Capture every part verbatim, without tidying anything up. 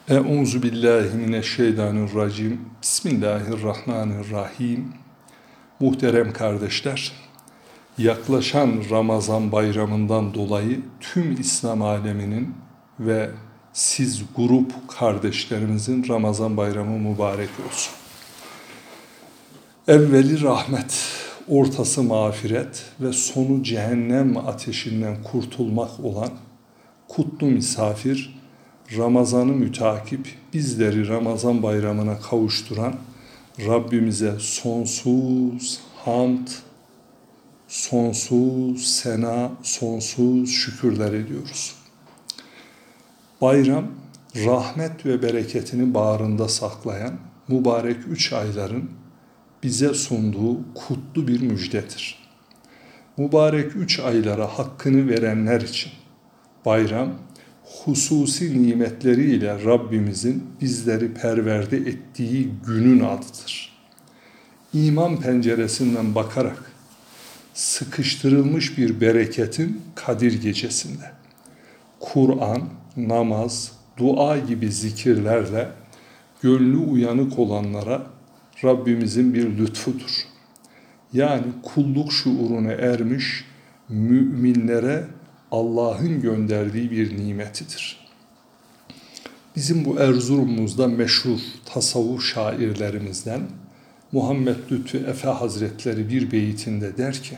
Euzu billahi mineşşeytanirracim. Bismillahirrahmanirrahim. Muhterem kardeşler, yaklaşan Ramazan bayramından dolayı tüm İslam aleminin ve siz grup kardeşlerimizin Ramazan bayramı mübarek olsun. Evveli rahmet, ortası mağfiret ve sonu cehennem ateşinden kurtulmak olan kutlu misafir, Ramazan'ı mütakip bizleri Ramazan bayramına kavuşturan Rabbimize sonsuz hamd, sonsuz sena, sonsuz şükürler ediyoruz. Bayram, rahmet ve bereketini bağrında saklayan mübarek üç ayların bize sunduğu kutlu bir müjdedir. Mübarek üç aylara hakkını verenler için bayram, hususi nimetleriyle Rabbimizin bizleri perverde ettiği günün adıdır. İman penceresinden bakarak sıkıştırılmış bir bereketin Kadir gecesinde Kur'an, namaz, dua gibi zikirlerle gönlü uyanık olanlara Rabbimizin bir lütfudur. Yani kulluk şuuruna ermiş müminlere Allah'ın gönderdiği bir nimetidir. Bizim bu Erzurum'umuzda meşhur tasavvuf şairlerimizden Muhammed Lütfü Efe Hazretleri bir beytinde der ki: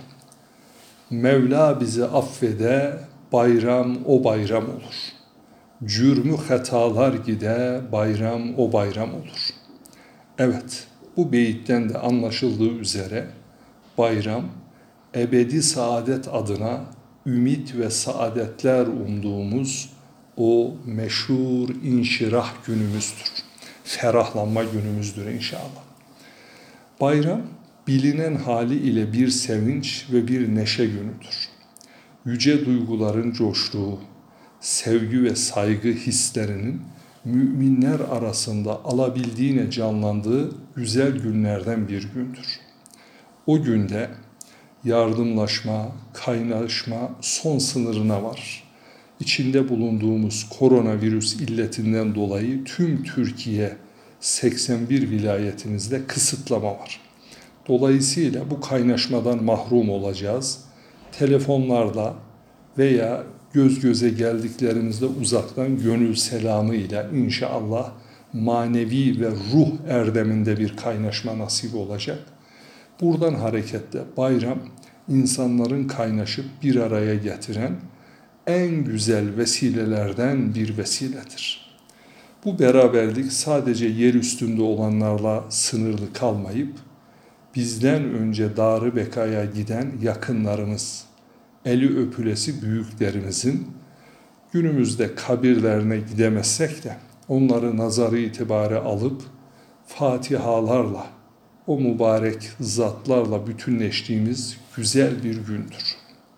Mevla bizi affede, bayram o bayram olur. Cürmü hatalar gide, bayram o bayram olur. Evet, bu beyitten de anlaşıldığı üzere bayram ebedi saadet adına ümit ve saadetler umduğumuz o meşhur inşirah günümüzdür. Ferahlanma günümüzdür inşallah. Bayram bilinen hali ile bir sevinç ve bir neşe günüdür. Yüce duyguların coştuğu, sevgi ve saygı hislerinin müminler arasında alabildiğine canlandığı güzel günlerden bir gündür. O günde yardımlaşma, kaynaşma son sınırına var. İçinde bulunduğumuz koronavirüs illetinden dolayı tüm Türkiye seksen bir vilayetimizde kısıtlama var. Dolayısıyla bu kaynaşmadan mahrum olacağız. Telefonlarla veya göz göze geldiklerimizde uzaktan gönül selamıyla inşallah manevi ve ruh erdeminde bir kaynaşma nasip olacak. Buradan hareketle bayram insanların kaynaşıp bir araya getiren en güzel vesilelerden bir vesiledir. Bu beraberlik sadece yer üstünde olanlarla sınırlı kalmayıp bizden önce dar-ı bekaya giden yakınlarımız, eli öpülesi büyüklerimizin günümüzde kabirlerine gidemezsek de onları nazarı itibare alıp fatihalarla o mübarek zatlarla bütünleştiğimiz güzel bir gündür.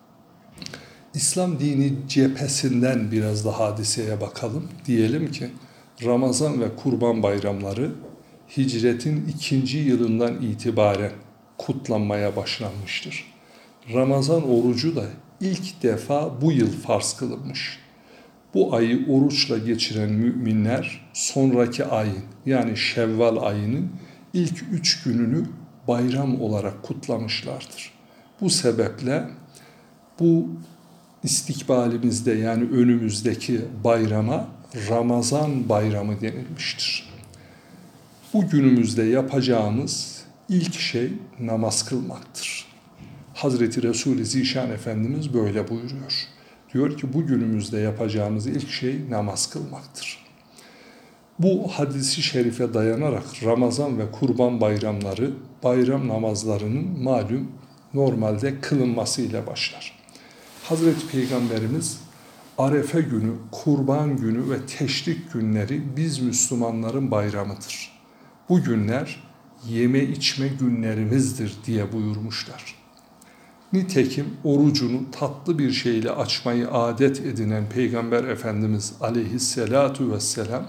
İslam dini cephesinden biraz da hadiseye bakalım. Diyelim ki Ramazan ve Kurban bayramları hicretin ikinci yılından itibaren kutlanmaya başlanmıştır. Ramazan orucu da ilk defa bu yıl farz kılınmış. Bu ayı oruçla geçiren müminler sonraki ayın yani Şevval ayının ilk üç gününü bayram olarak kutlamışlardır. Bu sebeple bu istikbalimizde yani önümüzdeki bayrama Ramazan bayramı denilmiştir. Bu günümüzde yapacağımız ilk şey namaz kılmaktır. Hazreti Resul-i Zişan Efendimiz böyle buyuruyor. Diyor ki bu günümüzde yapacağımız ilk şey namaz kılmaktır. Bu hadisi şerife dayanarak Ramazan ve Kurban bayramları bayram namazlarının malum normalde kılınmasıyla başlar. Hazreti Peygamberimiz Arefe günü, Kurban günü ve Teşrik günleri biz Müslümanların bayramıdır. Bu günler yeme içme günlerimizdir diye buyurmuşlar. Nitekim orucunu tatlı bir şeyle açmayı adet edinen Peygamber Efendimiz aleyhissalatu vesselam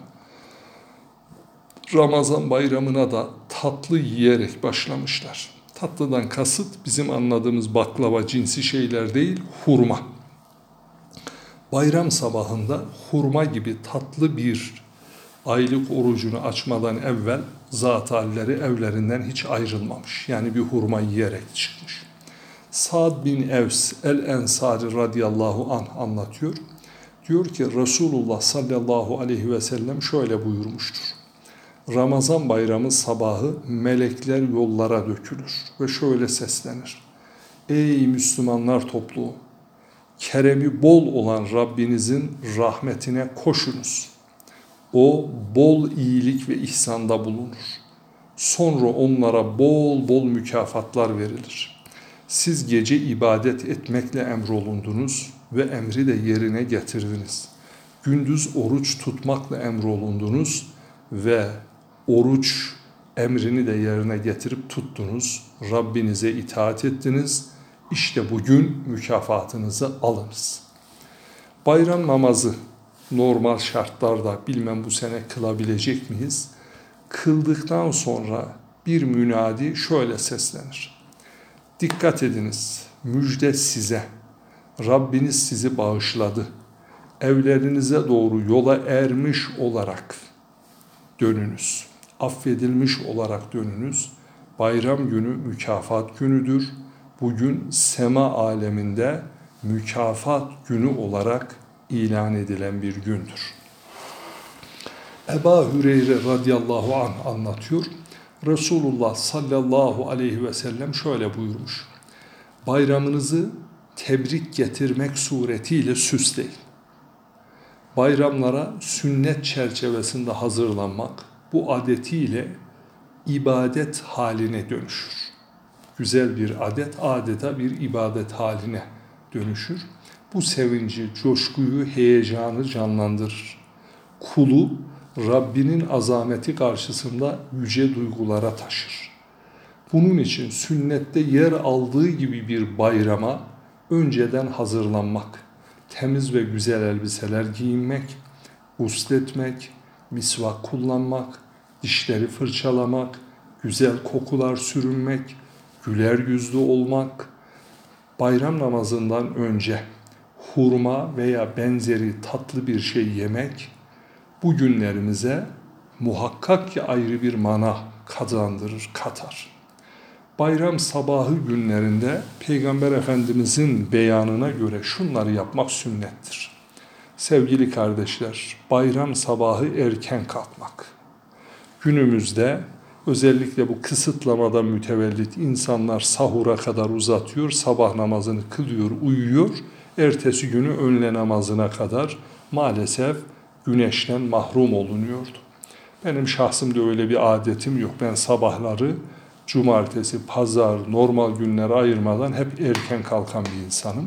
Ramazan bayramına da tatlı yiyerek başlamışlar. Tatlıdan kasıt bizim anladığımız baklava cinsi şeyler değil, hurma. Bayram sabahında hurma gibi tatlı bir aylık orucunu açmadan evvel zat-ı halleri evlerinden hiç ayrılmamış. Yani bir hurma yiyerek çıkmış. Sa'd bin Evs el-Ensari radıyallahu anh anlatıyor. Diyor ki Resulullah sallallahu aleyhi ve sellem şöyle buyurmuştur. Ramazan bayramı sabahı melekler yollara dökülür ve şöyle seslenir. Ey Müslümanlar topluluğu! Keremi bol olan Rabbinizin rahmetine koşunuz. O bol iyilik ve ihsanda bulunur. Sonra onlara bol bol mükafatlar verilir. Siz gece ibadet etmekle emrolundunuz ve emri de yerine getirdiniz. Gündüz oruç tutmakla emrolundunuz ve oruç emrini de yerine getirip tuttunuz. Rabbinize itaat ettiniz. İşte bugün mükafatınızı alınız. Bayram namazı normal şartlarda bilmem bu sene kılabilecek miyiz? Kıldıktan sonra bir münadi şöyle seslenir. Dikkat ediniz, müjde size. Rabbiniz sizi bağışladı. Evlerinize doğru yola ermiş olarak dönünüz. Affedilmiş olarak dönünüz. Bayram günü mükafat günüdür. Bugün sema aleminde mükafat günü olarak ilan edilen bir gündür. Ebu Hüreyre radıyallahu anh anlatıyor. Resulullah sallallahu aleyhi ve sellem şöyle buyurmuş. Bayramınızı tebrik getirmek suretiyle süsleyin. Bayramlara sünnet çerçevesinde hazırlanmak bu adetiyle ibadet haline dönüşür. Güzel bir adet adeta bir ibadet haline dönüşür. Bu sevinci, coşkuyu, heyecanı canlandırır. Kulu Rabbinin azameti karşısında yüce duygulara taşır. Bunun için sünnette yer aldığı gibi bir bayrama önceden hazırlanmak, temiz ve güzel elbiseler giyinmek, gusletmek, misvak kullanmak, dişleri fırçalamak, güzel kokular sürünmek, güler yüzlü olmak, bayram namazından önce hurma veya benzeri tatlı bir şey yemek bu günlerimize muhakkak ki ayrı bir mana kazandırır, katar. Bayram sabahı günlerinde Peygamber Efendimizin beyanına göre şunları yapmak sünnettir. Sevgili kardeşler, bayram sabahı erken kalkmak. Günümüzde özellikle bu kısıtlamadan mütevellit insanlar sahura kadar uzatıyor, sabah namazını kılıyor, uyuyor. Ertesi günü öğle namazına kadar maalesef güneşten mahrum olunuyordu. Benim şahsımda öyle bir adetim yok. Ben sabahları cumartesi, pazar, normal günleri ayırmadan hep erken kalkan bir insanım.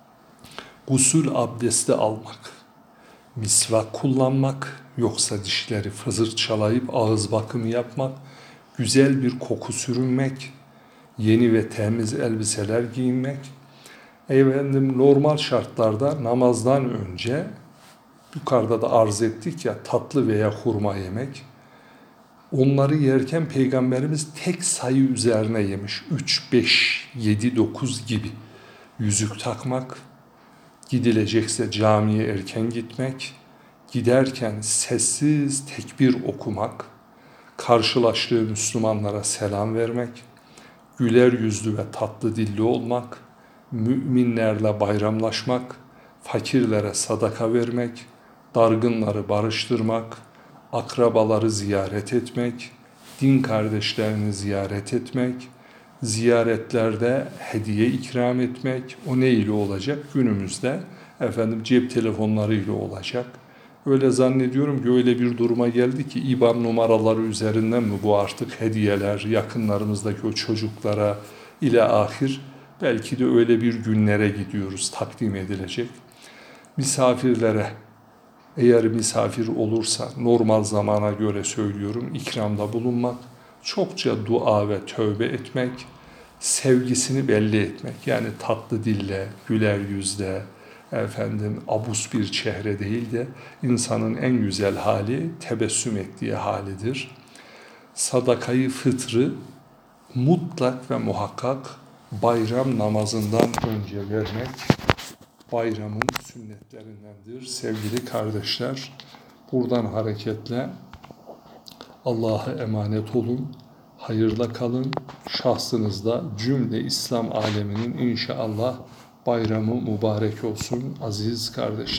Gusül abdesti almak, misvak kullanmak, yoksa dişleri fızırçalayıp ağız bakımı yapmak, güzel bir koku sürünmek, yeni ve temiz elbiseler giyinmek, efendim normal şartlarda namazdan önce yukarıda da arz ettik ya tatlı veya hurma yemek. Onları yerken Peygamberimiz tek sayı üzerine yemiş. üç, beş, yedi, dokuz gibi. Yüzük takmak, gidilecekse camiye erken gitmek, giderken sessiz tekbir okumak, karşılaştığı Müslümanlara selam vermek, güler yüzlü ve tatlı dilli olmak, müminlerle bayramlaşmak, fakirlere sadaka vermek, dargınları barıştırmak, akrabaları ziyaret etmek, din kardeşlerini ziyaret etmek, ziyaretlerde hediye ikram etmek, o ne ile olacak? Günümüzde efendim cep telefonları ile olacak. Öyle zannediyorum ki öyle bir duruma geldi ki İ B A N numaraları üzerinden mi bu artık hediyeler yakınlarımızdaki o çocuklara ile ahir belki de öyle bir günlere gidiyoruz takdim edilecek. Misafirlere eğer misafir olursa normal zamana göre söylüyorum ikramda bulunmak, çokça dua ve tövbe etmek, sevgisini belli etmek yani tatlı dille, güler yüzle, efendim abus bir çehre değil de insanın en güzel hali tebessüm ettiği halidir. Sadakayı fıtrı mutlak ve muhakkak bayram namazından önce vermek bayramın sünnetlerindendir sevgili kardeşler. Buradan hareketle Allah'a emanet olun, hayırla kalın. Şahsınızda cümle İslam aleminin inşallah bayramı mübarek olsun aziz kardeşler.